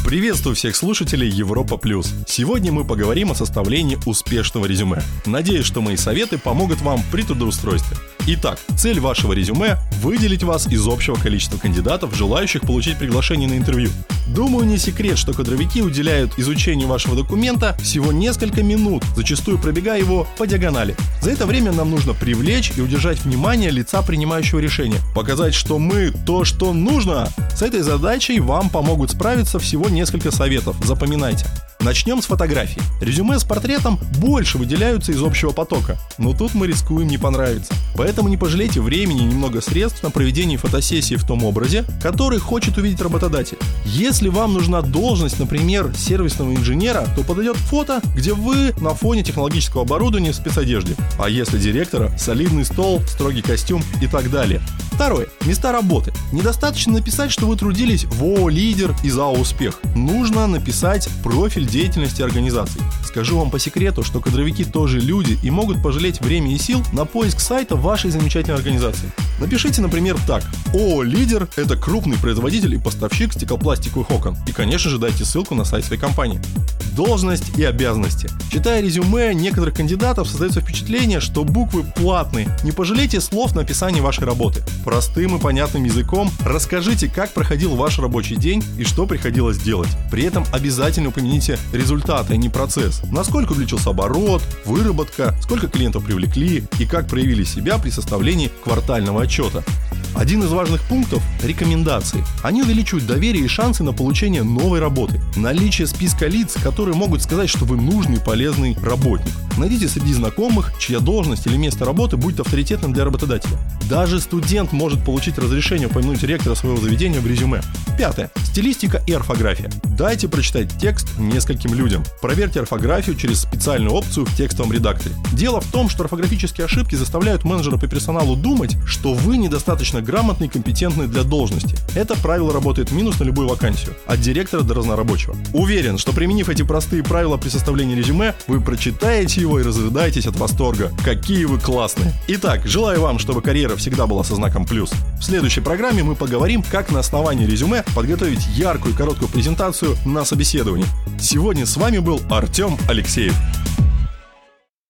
Приветствую всех слушателей Европа+. Сегодня мы поговорим о составлении успешного резюме. Надеюсь, что мои советы помогут вам при трудоустройстве. Итак, цель вашего резюме – выделить вас из общего количества кандидатов, желающих получить приглашение на интервью. Думаю, не секрет, что кадровики уделяют изучению вашего документа всего несколько минут, зачастую пробегая его по диагонали. За это время нам нужно привлечь и удержать внимание лица принимающего решения, показать, что мы то, что нужно. С этой задачей вам помогут справиться всего несколько советов. Запоминайте. Начнем с фотографий. Резюме с портретом больше выделяются из общего потока, но тут мы рискуем не понравиться. Поэтому не пожалейте времени и немного средств на проведение фотосессии в том образе, который хочет увидеть работодатель. Если вам нужна должность, например, сервисного инженера, то подойдет фото, где вы на фоне технологического оборудования в спецодежде. А если директора, солидный стол, строгий костюм и так далее. Второе. Места работы. Недостаточно написать, что вы трудились в ООО «Лидер» и ЗАО «Успех». Нужно написать профиль деятельности организации. Скажу вам по секрету, что кадровики тоже люди и могут пожалеть время и сил на поиск сайта вашей замечательной организации. Напишите, например, так. ООО «Лидер» — это крупный производитель и поставщик стеклопластиковых окон. И, конечно же, дайте ссылку на сайт своей компании. Должность и обязанности. Читая резюме некоторых кандидатов, создается впечатление, что буквы платные. Не пожалейте слов на описании вашей работы. Простым и понятным языком расскажите, как проходил ваш рабочий день и что приходилось делать. При этом обязательно упомяните результаты, а не процесс. Насколько увеличился оборот, выработка, сколько клиентов привлекли и как проявили себя при составлении квартального отчета. Один из важных пунктов – рекомендации. Они увеличивают доверие и шансы на получение новой работы. Наличие списка лиц, которые могут сказать, что вы нужный и полезный работник. Найдите среди знакомых, чья должность или место работы будет авторитетным для работодателя. Даже студент может получить разрешение упомянуть ректора своего заведения в резюме. Пятое. Стилистика и орфография. Дайте прочитать текст нескольким людям. Проверьте орфографию через специальную опцию в текстовом редакторе. Дело в том, что орфографические ошибки заставляют менеджера по персоналу думать, что вы недостаточно грамотны и компетентны для должности. Это правило работает минус на любую вакансию, от директора до разнорабочего. Уверен, что применив эти простые правила при составлении резюме, вы прочитаете его и разрыдаетесь от восторга. Какие вы классные! Итак, желаю вам, чтобы карьера всегда была со знаком плюс. В следующей программе мы поговорим, как на основании резюме подготовить яркую и короткую презентацию на собеседовании. Сегодня с вами был Артем Алексеев.